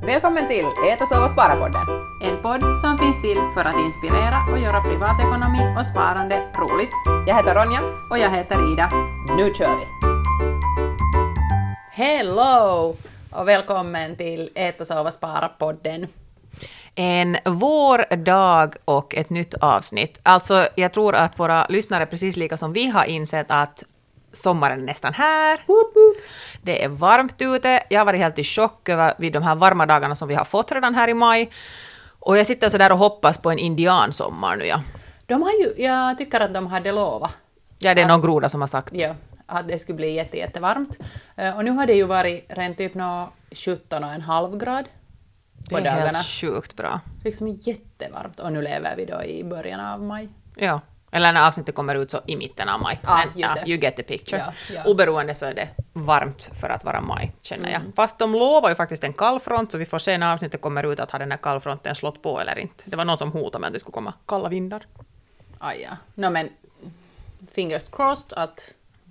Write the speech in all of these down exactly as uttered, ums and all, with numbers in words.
Välkommen till Ät och sova spara-podden. En podd som finns till för att inspirera och göra privatekonomi och sparande roligt. Jag heter Ronja. Och jag heter Ida. Nu kör vi! Hello! Och välkommen till Ät och sova spara-podden. En vårdag och ett nytt avsnitt. Alltså, jag tror att våra lyssnare precis lika som vi har insett att sommaren är nästan här. Det är varmt ute. Jag har varit helt i chock över vid de här varma dagarna som vi har fått redan här i maj. Och jag sitter så där och hoppas på en indiansommar nu, ja. De har ju, jag tycker att de hade lovat. Ja, det är att, någon groda som har sagt. Ja, att det skulle bli jätte, jättevarmt. Och nu har det ju varit rent typ nå sjutton och en halv grad på det är dagarna. helt sjukt bra. Liksom jättevarmt. Och nu lever vi då i början av maj. Ja. Eller när avsnittet kommer ut så i mitten av maj. Ja, Men just ja, det. you get the picture. Ja, ja. Oberoende så är det varmt för att vara maj, känner jag. Mm. Fast de lovar ju faktiskt en kallfront, så vi får se när avsnittet kommer ut att ha den här kallfronten slått på eller inte. Det var någon som hotade med att det skulle komma kalla vindar. Aj, ja. No, men fingers crossed att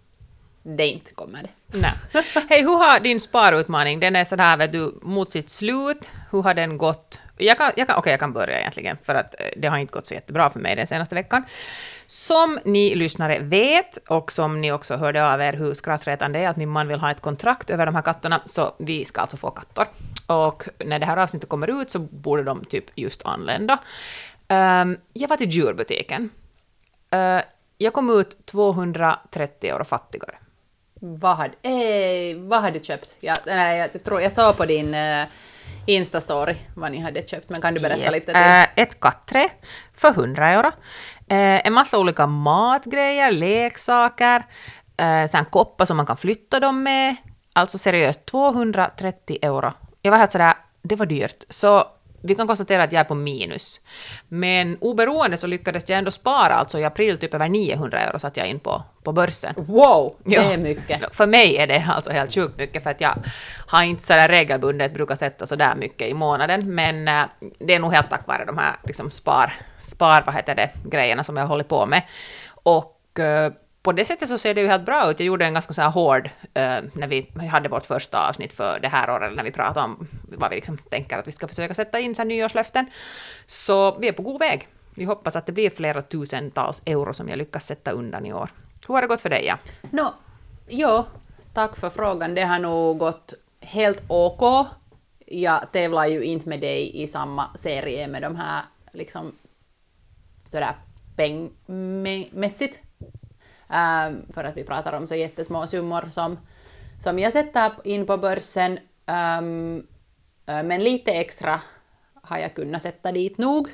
det inte kommer det. Nej. Hej, hur har din sparutmaning? Den är så här, vet du, mot sitt slut. Hur har den gått? Jag kan, jag kan, okej, jag kan börja egentligen, för att det har inte gått så jättebra för mig den senaste veckan. Som ni lyssnare vet, och som ni också hörde av er hur skrattretande är att min man vill ha ett kontrakt över de här katterna, så vi ska alltså få katter. Och när det här avsnittet kommer ut så borde de typ just anlända. Um, jag var till djurbutiken. Uh, jag kom ut tvåhundratrettio euro fattigare. Vad hade, eh, vad hade du köpt? Jag, nej, jag, tror, jag såg på din eh, Insta-story vad ni hade köpt, men kan du berätta Yes. lite till? Äh, ett katträ för hundra euro. Äh, en massa olika matgrejer, leksaker, äh, sen koppar som man kan flytta dem med. Alltså seriöst, tvåhundratrettio euro. Jag var helt sådär, det var dyrt. Så vi kan konstatera att jag är på minus. Men oberoende så lyckades jag ändå spara, alltså i april typ över niohundra euro satt jag in på, på börsen. Wow, det Ja. är mycket. För mig är det alltså helt sjukt mycket, för att jag har inte så där regelbundet brukar sätta så där mycket i månaden, men äh, det är nog helt tack vare de här liksom spar, spar vad heter det, grejerna som jag håller på med. Och äh, på det sättet så ser det ju helt bra ut. Jag gjorde en ganska så här hård, äh, när vi hade vårt första avsnitt för det här året, när vi pratade om vad vi liksom tänker att vi ska försöka sätta in så här nyårslöften. Så vi är på god väg. Vi hoppas att det blir flera tusentals euro som jag lyckas sätta undan i år. Hur har det gått för dig? Ja? No, jo, tack för frågan. Det har nog gått helt ok. Jag tävlar ju inte med dig i samma serie med de här liksom sådär pengmässigt. Um, för att vi pratar om så jättesmå summor som, som jag sätter in på börsen. Um, uh, men lite extra har jag kunnat sätta dit nog.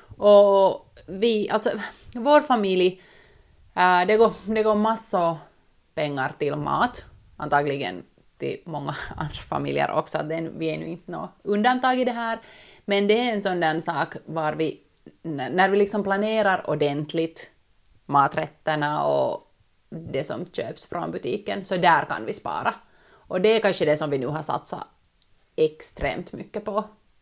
Och vi, alltså vår familj, uh, det, går, det går massor pengar till mat. Antagligen till många andra familjer också. Den, vi är nu inte något undantag i det här. Men det är en sån där sak var vi, när vi liksom planerar ordentligt maträtterna och det som köps från butiken, så där kan vi spara. Och det är kanske det som vi nu har satsat extremt mycket på.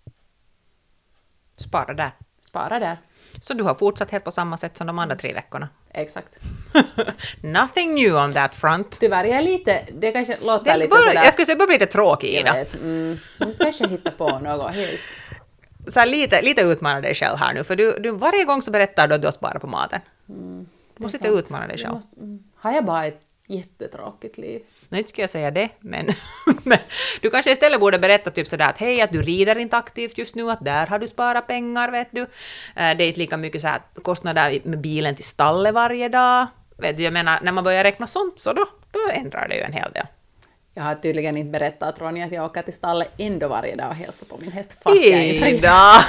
Spara där. Spara där. Så du har fortsatt helt på samma sätt som de andra tre veckorna? Exakt. Nothing new on that front. Tyvärr, jag är lite, det kanske låter Det lite bör, sådär. jag skulle säga, det börjar bli lite tråkig, Jag Ida. vet, mm, jag måste kanske hitta på något helt. Så här, lite, lite utmana dig själv här nu, för du, du varje gång så berättar du att du har sparat på maten. Mm, Du måste sant. inte utmana dig Jag själv. måste, mm, har jag bara ett jättetråkigt liv? Nu inte skulle jag säga det, men, men du kanske istället borde berätta typ sådär att hej, att du rider inte aktivt just nu, att där har du sparat pengar, vet du. Eh, Det är inte lika mycket så här kostnader med bilen till stallet varje dag. Vet du, jag menar, när man börjar räkna sånt så då, då ändrar det ju en hel del. Jag har tydligen inte berättat, Ronja, att jag åker till stallet ändå varje dag och hälsar på min häst fast jag är inte. Ida!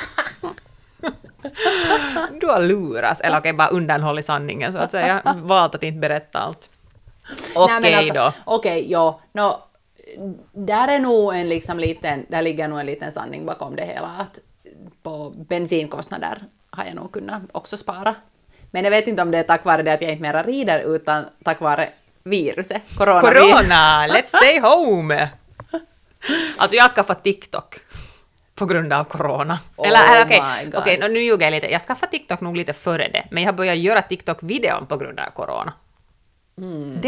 Du har luras, eller okej, bara undanhållit sanningen så att säga. Valt att inte berätta allt. Okej Nej, men alltså, då. Okej, ja. No, där är nog en liksom liten, där ligger nog en liten sanning bakom det hela. Att på bensinkostnader har jag nog kunnat också spara. Men jag vet inte om det är tack vare det att jag inte mera rider, utan tack vare viruset. Coronavirus. Corona, let's stay home! Alltså jag har skaffat TikTok på grund av corona. Oh Eller eller, okej, my God. okej, no, nu ljuger jag lite. Jag skaffade TikTok nog lite före det, men jag har börjat göra TikTok-videon på grund av corona. Mm. Det är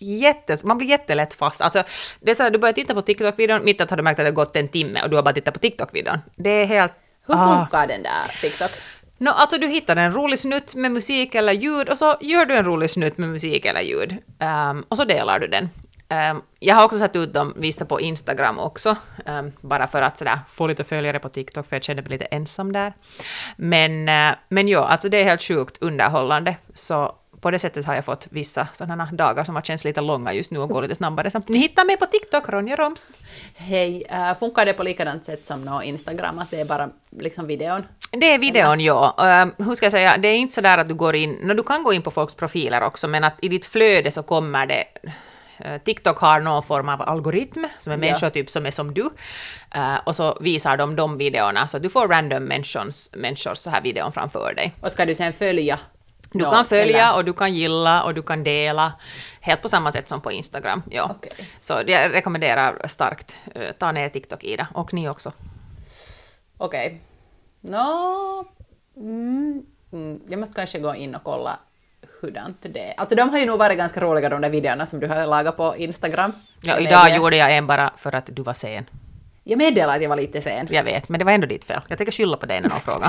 jättes, man blir jättelätt fast. Alltså, det är så här, du börjar titta på TikTok-videon, mitt att har du märkt att det har gått en timme och du har bara tittat på TikTok-videon. Det är helt... Hur ah. funkar den där TikTok? No, alltså du hittar en rolig snutt med musik eller ljud och så gör du en rolig snutt med musik eller ljud. Um, och så delar du den. Um, jag har också satt ut dem, vissa på Instagram också, um, bara för att sådär, få lite följare på TikTok, för jag känner mig lite ensam där. Men, uh, men ja, alltså det är helt sjukt underhållande, så på det sättet har jag fått vissa sådana dagar som har känts lite långa just nu och går lite snabbare. Så ni hittar mig på TikTok, Ronja Roms. Hej, uh, funkar det på likadant sätt som no Instagram, att det är bara liksom videon? Det är videon, ja. Uh, hur ska jag säga, det är inte så där att du går in, no, du kan gå in på folks profiler också, men att i ditt flöde så kommer det... TikTok har någon form av algoritm som är människor ja. typ som är som du, uh, och så visar de de videorna så du får random människors, människors så här videon framför dig. Och ska du sen följa? Du no, kan följa eller? Och du kan gilla och du kan dela helt på samma sätt som på Instagram. Ja. Okay. Så jag rekommenderar starkt, uh, ta ner TikTok, Ida, och ni också. Okej. Okay. No, mm, mm, jag måste kanske gå in och kolla hurdant det. Alltså de har ju nog varit ganska roliga, de där videorna som du har lagat på Instagram. Ja, idag meddelar. Gjorde jag en bara för att du var sen. Jag meddelade att jag var lite sen. Jag vet, men det var ändå ditt fel. Jag tänker skylla på dig när någon frågar.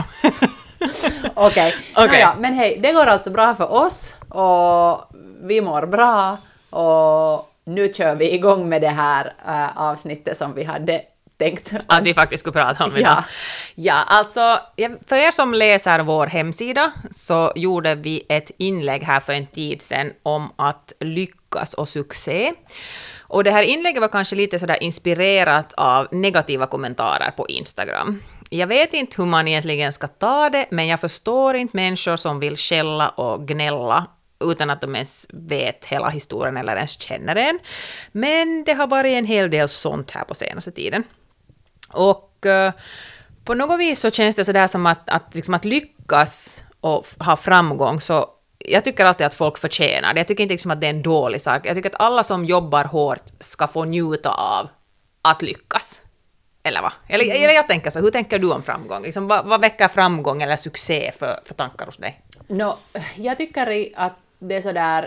Okej, okay. okay. Ja, men hej, det går alltså bra för oss och vi mår bra och nu kör vi igång med det här äh, avsnittet som vi hade tänkt om. Att vi faktiskt skulle prata om idag. Ja. Ja, alltså för er som läser vår hemsida så gjorde vi ett inlägg här för en tid sedan om att lyckas och succé. Och det här inlägget var kanske lite sådär inspirerat av negativa kommentarer på Instagram. Jag vet inte hur man egentligen ska ta det, men jag förstår inte människor som vill skälla och gnälla utan att de ens vet hela historien eller ens känner den. Men det har varit en hel del sånt här på senaste tiden. Och uh, på något vis så känns det sådär som att, att, liksom att lyckas och ha framgång, så jag tycker alltid att folk förtjänar det. Jag tycker inte liksom att det är en dålig sak. Jag tycker att alla som jobbar hårt ska få njuta av att lyckas. Eller vad? Eller, mm. eller jag tänker så, hur tänker du om framgång? Liksom, vad, vad väcker framgång eller succé för, för tankar hos dig? No, jag tycker att det är sådär,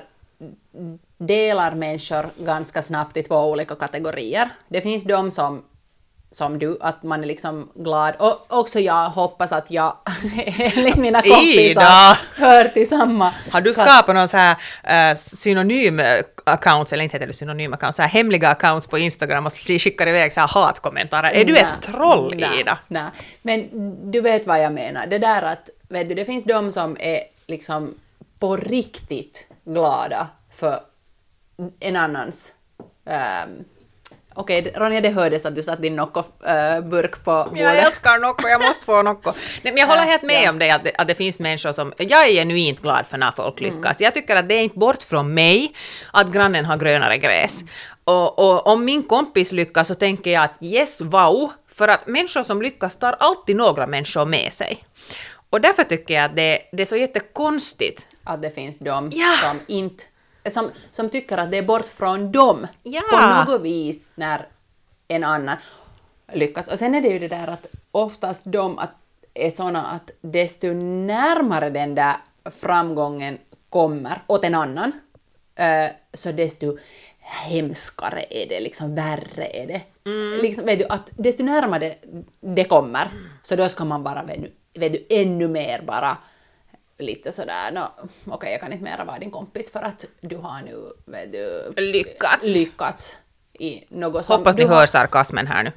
delar människor ganska snabbt i två olika kategorier. Det finns de som som du, att man är liksom glad. Och också jag hoppas att jag, enligt mina kompisar, hör till samma. Har du skapat någon så här uh, synonym accounts, eller inte heter det synonym accounts, så här hemliga accounts på Instagram och skickar iväg så här hatkommentarer? Är du nä, ett troll, nä, Ida? Nej, men du vet vad jag menar. Det där att, vet du, det finns de som är liksom på riktigt glada för en annans um, okej, okay, Ronja, det hördes att du satt din Nocco-burk på bordet. Jag älskar Nocco, jag måste få Nocco. Nej, men jag håller helt med ja. om det att, det, att det finns människor som... Jag är genuint glad för när folk lyckas. Mm. Jag tycker att det är inte bort från mig att grannen har grönare gräs. Mm. Och, och om min kompis lyckas så tänker jag att yes, wow. För att människor som lyckas tar alltid några människor med sig. Och därför tycker jag att det, det är så jättekonstigt. Att det finns de ja. som inte... Som, som tycker att det är bort från dem ja. på något vis när en annan lyckas. Och sen är det ju det där att oftast de att, är såna att desto närmare den där framgången kommer åt en annan, äh, så desto hemskare är det, liksom värre är det. Mm. Liksom, vet du, att desto närmare det, det kommer, mm. så då ska man bara, vet du, vet du, ännu mer bara lite sådär, no, okej okay, jag kan inte mera vara din kompis för att du har nu vet du, lyckats. lyckats i något som... Hoppas ni hör sarkasmen här nu.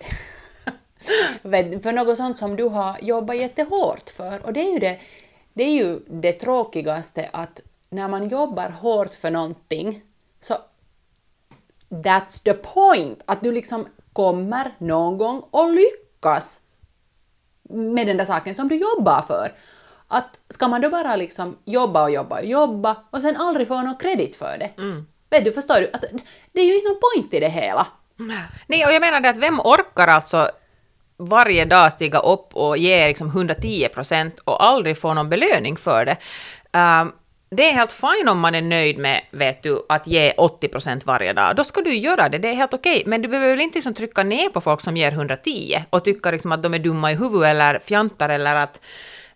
För något sånt som du har jobbat jättehårt för. Och det är ju det, det, är ju det tråkigaste att när man jobbar hårt för någonting så that's the point. Att du liksom kommer någon gång och lyckas med den där saken som du jobbar för. Att ska man då bara liksom jobba och jobba och jobba och sen aldrig få någon kredit för det. Mm. Vet du, förstår du? Att det är ju inte någon point i det hela. Nej, och jag menar det att vem orkar alltså varje dag stiga upp och ge liksom hundratio procent och aldrig få någon belöning för det. Um, det är helt fint om man är nöjd med, vet du, att ge åttio procent varje dag. Då ska du göra det, det är helt okej. Men du behöver väl inte liksom trycka ner på folk som ger hundratio och tycka liksom att de är dumma i huvudet eller fjantar eller att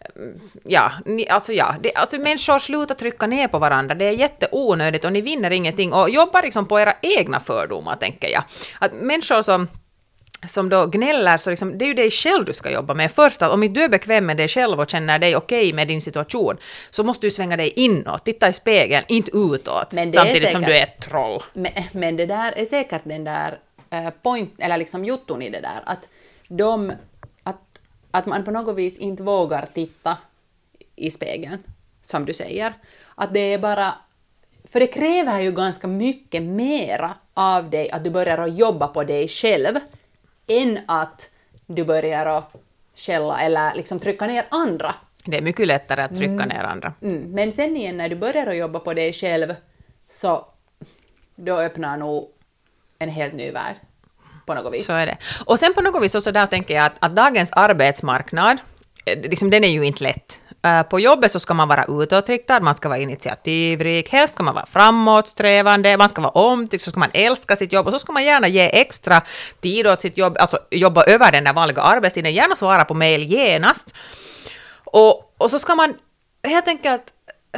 Ja, ni, alltså ja, det, alltså människor slutar trycka ner på varandra, det är jätteonödigt och ni vinner ingenting och jobbar liksom på era egna fördomar, tänker jag. Att människor som som då gnäller, så liksom, det är ju dig själv du ska jobba med först, att om du är bekväm med dig själv och känner dig okej okay med din situation, så måste du svänga dig inåt, titta i spegeln, inte utåt, samtidigt säkert, som du är ett troll. Men, men det där är säkert den där uh, point, eller liksom jutton i det där, att de, att, att man på något vis inte vågar titta i spegeln, som du säger, att det är bara, för det kräver ju ganska mycket mera av dig att du börjar att jobba på dig själv, än att du börjar att skälla eller liksom trycka ner andra. Det är mycket lättare att trycka mm. ner andra. Mm. Men sen igen, när du börjar att jobba på dig själv, så då öppnar nog en helt ny värld på något vis. Så är det. Och sen på något vis så där tänker jag att, att dagens arbetsmarknad, liksom, den är ju inte lätt. På jobbet så ska man vara utåtriktad, man ska vara initiativrik, helst ska man vara framåtsträvande, man ska vara omtyckt, så ska man älska sitt jobb och så ska man gärna ge extra tid åt sitt jobb, alltså jobba över den där vanliga arbetstiden, gärna svara på mejl genast. Och, och så ska man helt enkelt,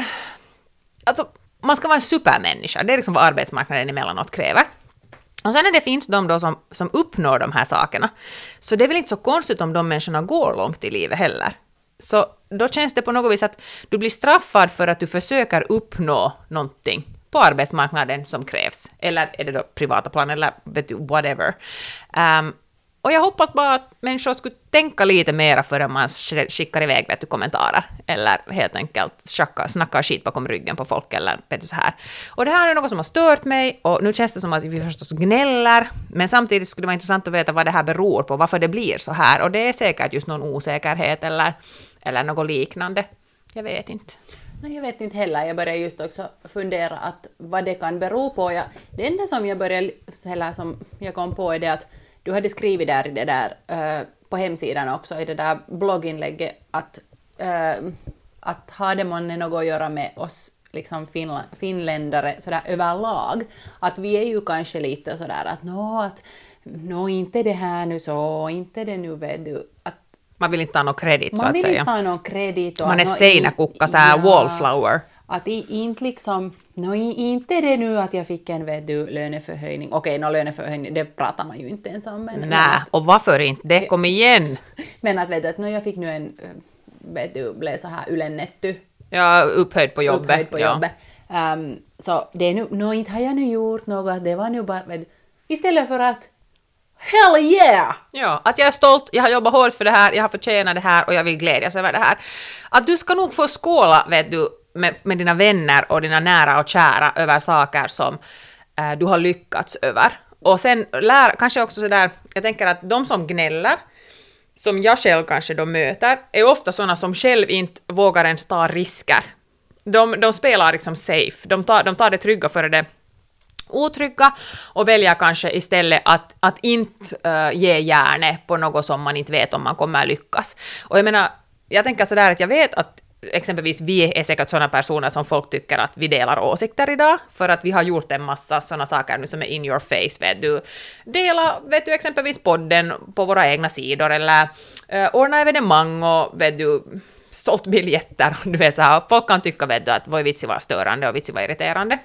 alltså man ska vara en supermänniska, det är liksom vad arbetsmarknaden emellanåt kräver. Och sen när det finns de då som, som uppnår de här sakerna, så det är väl inte så konstigt om de människorna går långt i livet heller. Så då känns det på något vis att du blir straffad för att du försöker uppnå någonting på arbetsmarknaden som krävs. Eller är det då privata plan eller whatever. Um, och jag hoppas bara att människor skulle tänka lite mera före man skickar iväg vet du, kommentarer. Eller helt enkelt snacka, snacka skit bakom ryggen på folk eller vet du, så här. Och det här är något som har stört mig och nu känns det som att vi förstås gnäller. Men samtidigt skulle det vara intressant att veta vad det här beror på, varför det blir så här. Och det är säkert just någon osäkerhet eller, eller något liknande. Jag vet inte. Nej, jag vet inte heller. Jag börjar just också fundera att vad det kan bero på. Jag, det enda som jag började, eller som jag kom på är det att du hade skrivit där i det där uh, på hemsidan också, i det där blogginlägget, att, uh, att har det månne något att göra med oss liksom finla, finländare sådär överlag, att vi är ju kanske lite sådär att nå, att nå inte det här nu så, inte det nu vet du, att man vill inte ta någon kredit så att säga. Man vill inte ta någon kredit. Man är seinäkukka, så här wallflower. Att inte liksom, no, inte det nu att jag fick en vet du, löneförhöjning. Okej, no, löneförhöjning, det pratar man ju inte ens om. Men, nej, och varför inte? Det kom igen. Men att vet du, att no, jag fick nu en, vet du, blev så här ylennetty. Ja, upphöjd på jobbet. Upphöjd på ja. jobbet. Um, så det är nu, no, inte har jag nu gjort något, det var nu bara, vet du, istället för att hell yeah! Ja, att jag är stolt, jag har jobbat hårt för det här, jag har förtjänat det här och jag vill glädjas över det här. Att du ska nog få skåla, vet du, med, med dina vänner och dina nära och kära över saker som äh, du har lyckats över. Och sen lär, kanske också sådär, jag tänker att de som gnäller, som jag själv kanske då möter, är ofta sådana som själv inte vågar ens ta risker. De, de spelar liksom safe, de tar, de tar det trygga före det otrygga och väljer kanske istället att, att inte uh, ge järnet på något som man inte vet om man kommer lyckas. Och jag menar, jag tänker sådär att jag vet att exempelvis vi är säkert sådana personer som folk tycker att vi delar åsikter idag, för att vi har gjort en massa sådana saker nu som är in your face, vet du. Dela, vet du, exempelvis podden på våra egna sidor, eller uh, ordna evenemang och, vet du, sålt biljetter, du vet så här. Folk kan tycka, vet du, att vad vitsi var störande och vitsi var irriterande.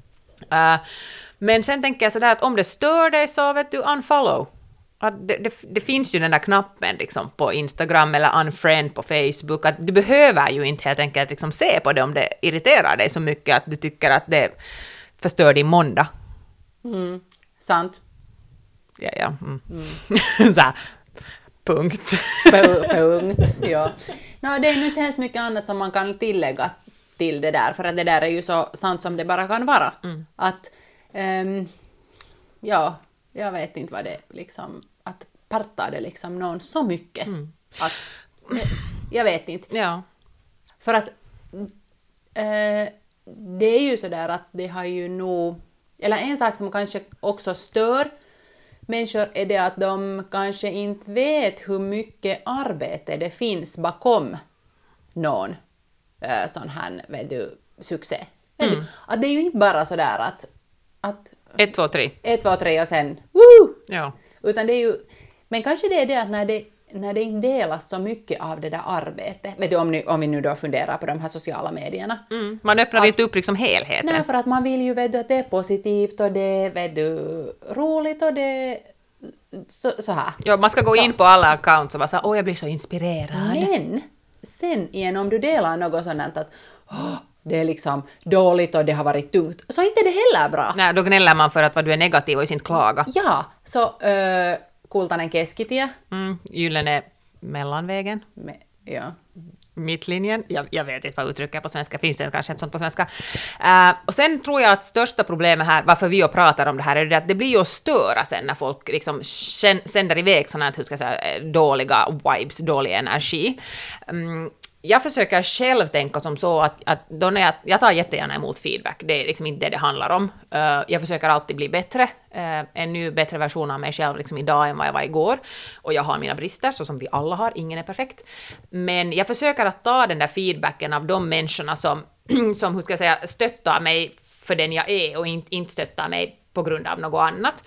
Uh, men sen tänker jag sådär att om det stör dig så vet du unfollow. Att det, det, det finns ju den där knappen liksom på Instagram eller unfriend på Facebook, att du behöver ju inte helt enkelt liksom se på det om det irriterar dig så mycket att du tycker att det förstör din måndag. Mm, sant. Ja, ja. Mm. Mm. Så här, punkt. Punkt, ja. No, det är nu inte mycket annat som man kan tillägga till det där, för att det där är ju så sant som det bara kan vara. Mm. Att, um, ja, jag vet inte vad det liksom, att partar det liksom någon så mycket. Mm. Att, jag vet inte. Ja. För att uh, det är ju så där att det har ju nog, eller en sak som kanske också stör människor är det att de kanske inte vet hur mycket arbete det finns bakom någon Uh, sån här, vet du, succé. Vet mm. du? Att det är ju inte bara sådär att... att ett, två, tre. Ett, två, tre och sen... Woo! Ja. Utan det är ju... Men kanske det är det att när det när det inte delas så mycket av det där arbetet, vet du, om, ni, om vi nu då funderar på de här sociala medierna. Mm. Man öppnar att, inte upp liksom helheten. Nej, för att man vill ju vet du, att det är positivt och det är vet du, roligt och det är så, så här. Ja, man ska gå så. In på alla accounts och vara så åh, jag blir så inspirerad. Men sen igen, om du delar något sådant att åh, det är liksom dåligt och det har varit tungt, så inte det heller bra. Nej, då gnäller man för att vad du är negativ och i sin klaga. Ja, så öö, kultainen keskitie. Mm, gyllene mellanvägen. Me, ja. Mittlinjen. Jag, jag vet inte vad uttrycket är på svenska. Finns det kanske inte sånt på svenska? Uh, och sen tror jag att största problemet här, varför vi och pratar om det här, är det att det blir ju att störa sen när folk liksom sänder iväg sådana här, hur ska jag säga, dåliga vibes, dålig energi. Um, Jag försöker själv tänka som så att, att då när jag, jag tar jättegärna emot feedback, det är liksom inte det det handlar om. Uh, jag försöker alltid bli bättre, uh, en ny bättre version av mig själv liksom idag än vad jag var igår. Och jag har mina brister, så som vi alla har, ingen är perfekt. Men jag försöker att ta den där feedbacken av de människorna som, som hur ska jag säga, stöttar mig för den jag är och inte, inte stöttar mig på grund av något annat.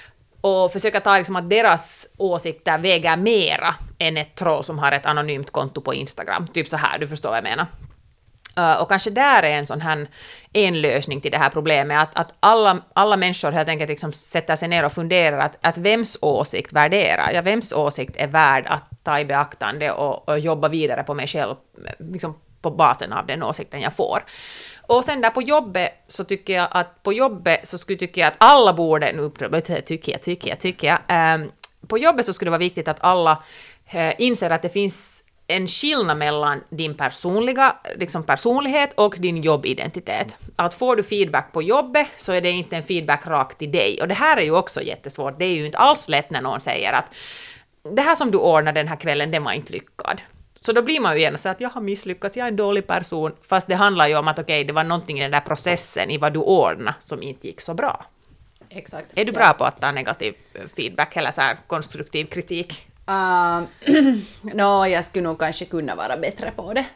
Och försöka ta liksom att deras åsikter väger mera än ett troll som har ett anonymt konto på Instagram. Typ så här, du förstår vad jag menar. Uh, och kanske där är en sån här en lösning till det här problemet, att, att alla, alla människor helt enkelt liksom sätter sig ner och funderar att, att vems åsikt värderar jag, vems åsikt är värd att ta i beaktande och, och jobba vidare på mig själv liksom på basen av den åsikten jag får. Och sen där på jobbet så tycker jag att på jobbet så skulle tycka jag att alla borde, nu tycker jag, tycker jag, tycker jag, um, på jobbet så skulle det vara viktigt att alla uh, inser att det finns en skillnad mellan din personliga liksom personlighet och din jobbidentitet. Att får du feedback på jobbet så är det inte en feedback rakt till dig. Och det här är ju också jättesvårt. Det är ju inte alls lätt när någon säger att det här som du ordnar den här kvällen, det var inte lyckad. Så då blir man ju gärna så att jag har misslyckats, jag är en dålig person. Fast det handlar ju om att okej, okay, det var någonting i den där processen i vad du ordnade som inte gick så bra. Exakt. Är du bra ja. på att ta negativ feedback eller så här konstruktiv kritik? Uh, no, jag skulle nog kanske kunna vara bättre på det.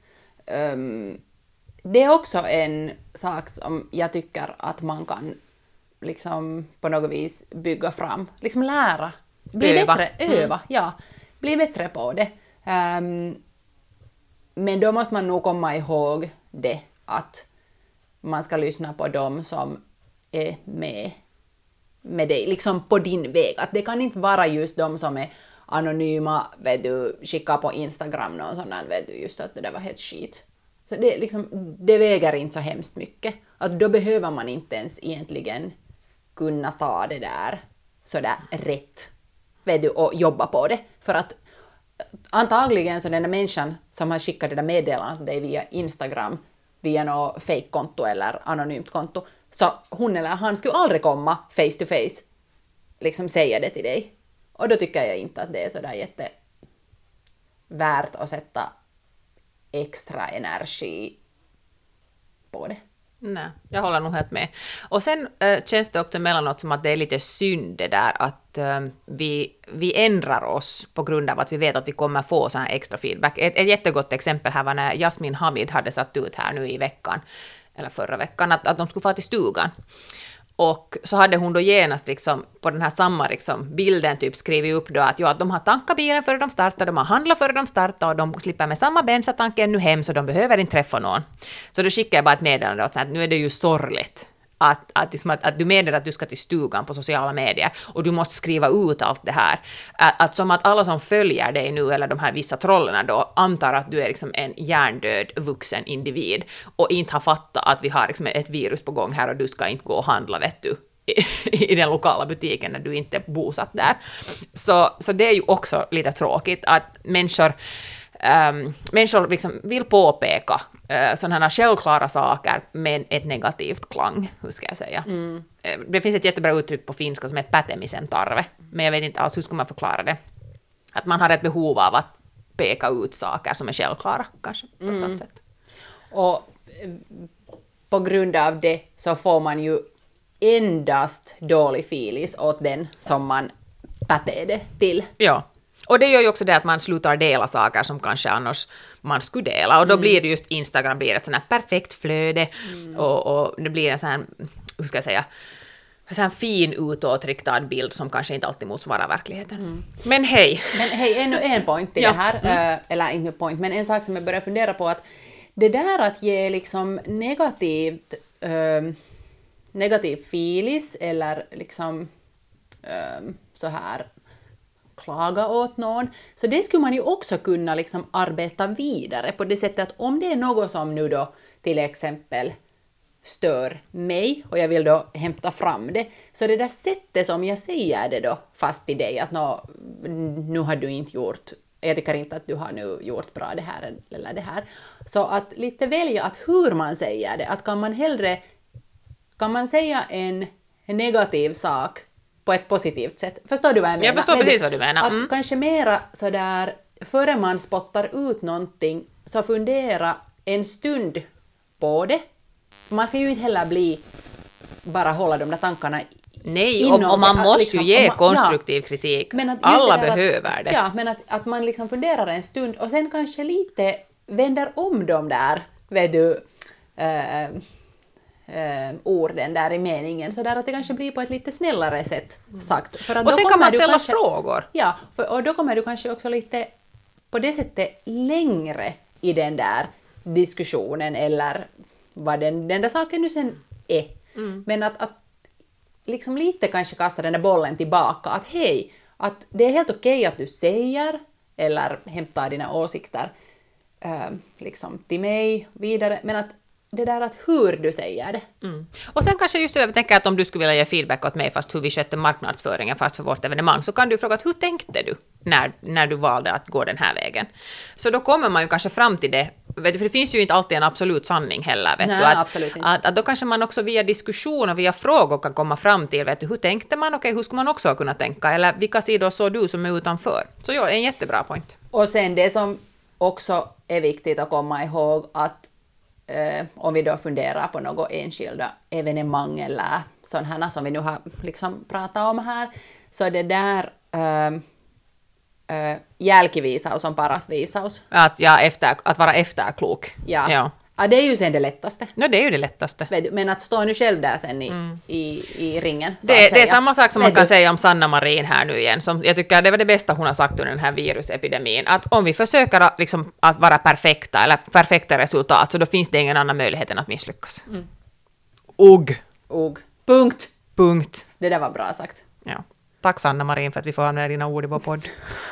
Um, det är också en sak som jag tycker att man kan liksom på något vis bygga fram. Liksom lära. Bli öva. bättre. Öva, mm. ja. Bli bättre på det. Um, men då måste man nog komma ihåg det att man ska lyssna på dem som är med, med dig, liksom på din väg. Att det kan inte vara just de som är anonyma, vet du, skicka på Instagram någon sån där, vet du, just att det där var helt skit. Så det, liksom, det väger inte så hemskt mycket. Att då behöver man inte ens egentligen kunna ta det där så där rätt, vet du, och jobba på det. För att antagligen så den där människan som har skickat det där meddelandet till dig via Instagram, via något fake-konto eller anonymt konto, så hon eller han skulle aldrig komma face to face, liksom säga det till dig. Och då tycker jag inte att det är sådär jätte värt att sätta extra energi på det. Nej, jag håller nog helt med. Och sen äh, känns det också emellanåt som att det är lite synd det där att äh, vi, vi ändrar oss på grund av att vi vet att vi kommer få sån här extra feedback. Ett, ett jättegott exempel här var när Jasmin Hamid hade satt ut här nu i veckan, eller förra veckan, att, att de skulle få till stugan. Och så hade hon då genast liksom, på den här samma liksom, bilden typ skrivit upp då att, jo, att de har tankat bilen före de startar, de har handlat före de startar och de slipper med samma bensatank ännu hem så de behöver inte träffa någon. Så då skickade jag bara ett meddelande åt så att nu är det ju sorgligt att, att, liksom, att, att du meddelar att du ska till stugan på sociala medier och du måste skriva ut allt det här. Att, att som att alla som följer dig nu, eller de här vissa trollerna då, antar att du är liksom en hjärndöd vuxen individ och inte har fattat att vi har liksom ett virus på gång här och du ska inte gå och handla, vet du, i, i den lokala butiken när du inte är bosatt där. Så, så det är ju också lite tråkigt att människor Um, människor liksom vill påpeka uh, sådana här självklara saker med ett negativt klang, hur ska jag säga. Mm. Uh, det finns ett jättebra uttryck på finska som är pätemisen tarve, men jag vet inte alls hur ska man förklara det. Att man har ett behov av att peka ut saker som är självklara, kanske, på ett mm. sådant sätt. Och på grund av det så får man ju endast dålig filis åt den som man päter det till. Ja. Och det gör ju också det att man slutar dela saker som kanske annars man skulle dela. Och då mm. blir det just Instagram blir ett sånt här perfekt flöde. Mm. Och, och det blir en sån här, hur ska jag säga, så en fin utåtriktad bild som kanske inte alltid motsvarar verkligheten. Mm. Men hej! Men hej, ännu en point till ja. det här, mm. eller inte point, men en sak som jag börjar fundera på, att det där att ge liksom negativt äh, negativ filis eller liksom äh, så här klaga åt någon, så det skulle man ju också kunna liksom arbeta vidare på det sättet att om det är något som nu då till exempel stör mig och jag vill då hämta fram det, så det där sättet som jag säger det då fast till dig att nå, nu har du inte gjort, jag tycker inte att du har nu gjort bra det här eller det här, så att lite välja att hur man säger det, att kan man hellre kan man säga en negativ sak på ett positivt sätt. Förstår du vad jag menar? Jag förstår Men precis vad du menar. Mm. Att kanske mera sådär, före man spottar ut någonting, så fundera en stund på det. Man ska ju inte heller bli, bara hålla de där tankarna. Nej, och, och man sig, måste liksom, ju ge man, konstruktiv ja, kritik. Alla det behöver att, det. Ja, men att, att man liksom funderar en stund och sen kanske lite vänder om de där, vet du, äh, äh, orden där i meningen, så där att det kanske blir på ett lite snällare sätt sagt. För att och då sen kan man ställa kanske, frågor. Ja, för, och då kommer du kanske också lite på det sättet längre i den där diskussionen eller vad den, den där saken nu sen är. Mm. Men att, att liksom lite kanske kasta den där bollen tillbaka, att hej, att det är helt okej att du säger eller hämtar dina åsikter äh, liksom till mig vidare, men att det där att hur du säger det. Mm. Och sen kanske just det, jag tänker att om du skulle vilja ge feedback åt mig fast hur vi skötte marknadsföringen fast för vårt evenemang, så kan du fråga att hur tänkte du när, när du valde att gå den här vägen? Så då kommer man ju kanske fram till det, vet du, för det finns ju inte alltid en absolut sanning heller. Vet Nej, du, att, absolut inte. Att, att då kanske man också via diskussion och via frågor kan komma fram till, vet du, hur tänkte man, okej, hur skulle man också kunna tänka, eller vilka sidor såg du som är utanför? Så ja, en jättebra point. Och sen det som också är viktigt att komma ihåg, att Uh, om vi då funderar på något enskilda evenemang eller sådana som vi nu har liksom pratat om här, så det där uh, uh, jälkivisaus on paras visaus. Att, ja, efter, att vara efterklok. Ja. Ja. Ja, det är ju sen det lättaste. No, det är ju det lättaste. Men att stå nu själv där sen i, mm. i, i ringen. Så det, att det är samma sak som man kan du? säga om Sanna Marin här nu igen. Som jag tycker det var det bästa hon har sagt under den här virusepidemin. Att om vi försöker att, liksom, att vara perfekta eller perfekta resultat, så då finns det ingen annan möjlighet än att misslyckas. Mm. Ugg. Ugg. Punkt. Punkt. Det där var bra sagt. Ja. Tack Sanna Marin för att vi får använda dina ord i vår podd.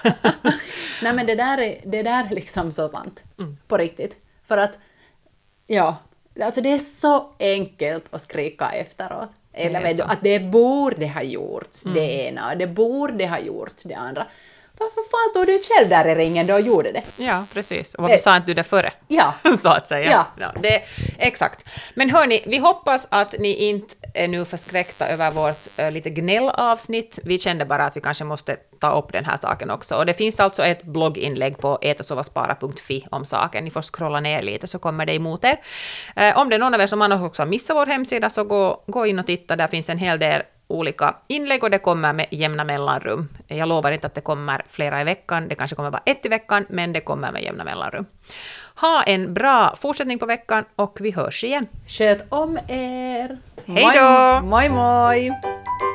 Nej, men det där är, det där är liksom så sant. Mm. På riktigt. För att ja, alltså det är så enkelt att skrika efteråt. Eller vet du, att det borde ha gjorts mm. det ena och det borde ha gjorts det andra. Varför fan stod du själv där i ringen då och gjorde det? Ja, precis. Och varför eh. sa inte du det före? Ja. Så att säga. Ja. Ja, det, exakt. Men hörni, vi hoppas att ni inte är nu förskräckta över vårt äh, lite gnällavsnitt. Vi kände bara att vi kanske måste ta upp den här saken också. Och det finns alltså ett blogginlägg på ätasovaspara punkt fi om saken. Ni får scrolla ner lite så kommer det emot er. Äh, om det är någon av er som annars också har missat vår hemsida, så gå, gå in och titta. Där finns en hel del olika inlägg och det kommer med jämna mellanrum. Jag lovar inte att det kommer flera i veckan, det kanske kommer bara ett i veckan, men det kommer med jämna mellanrum. Ha en bra fortsättning på veckan och vi hörs igen. Sköt om er! Hej då! Moi moi!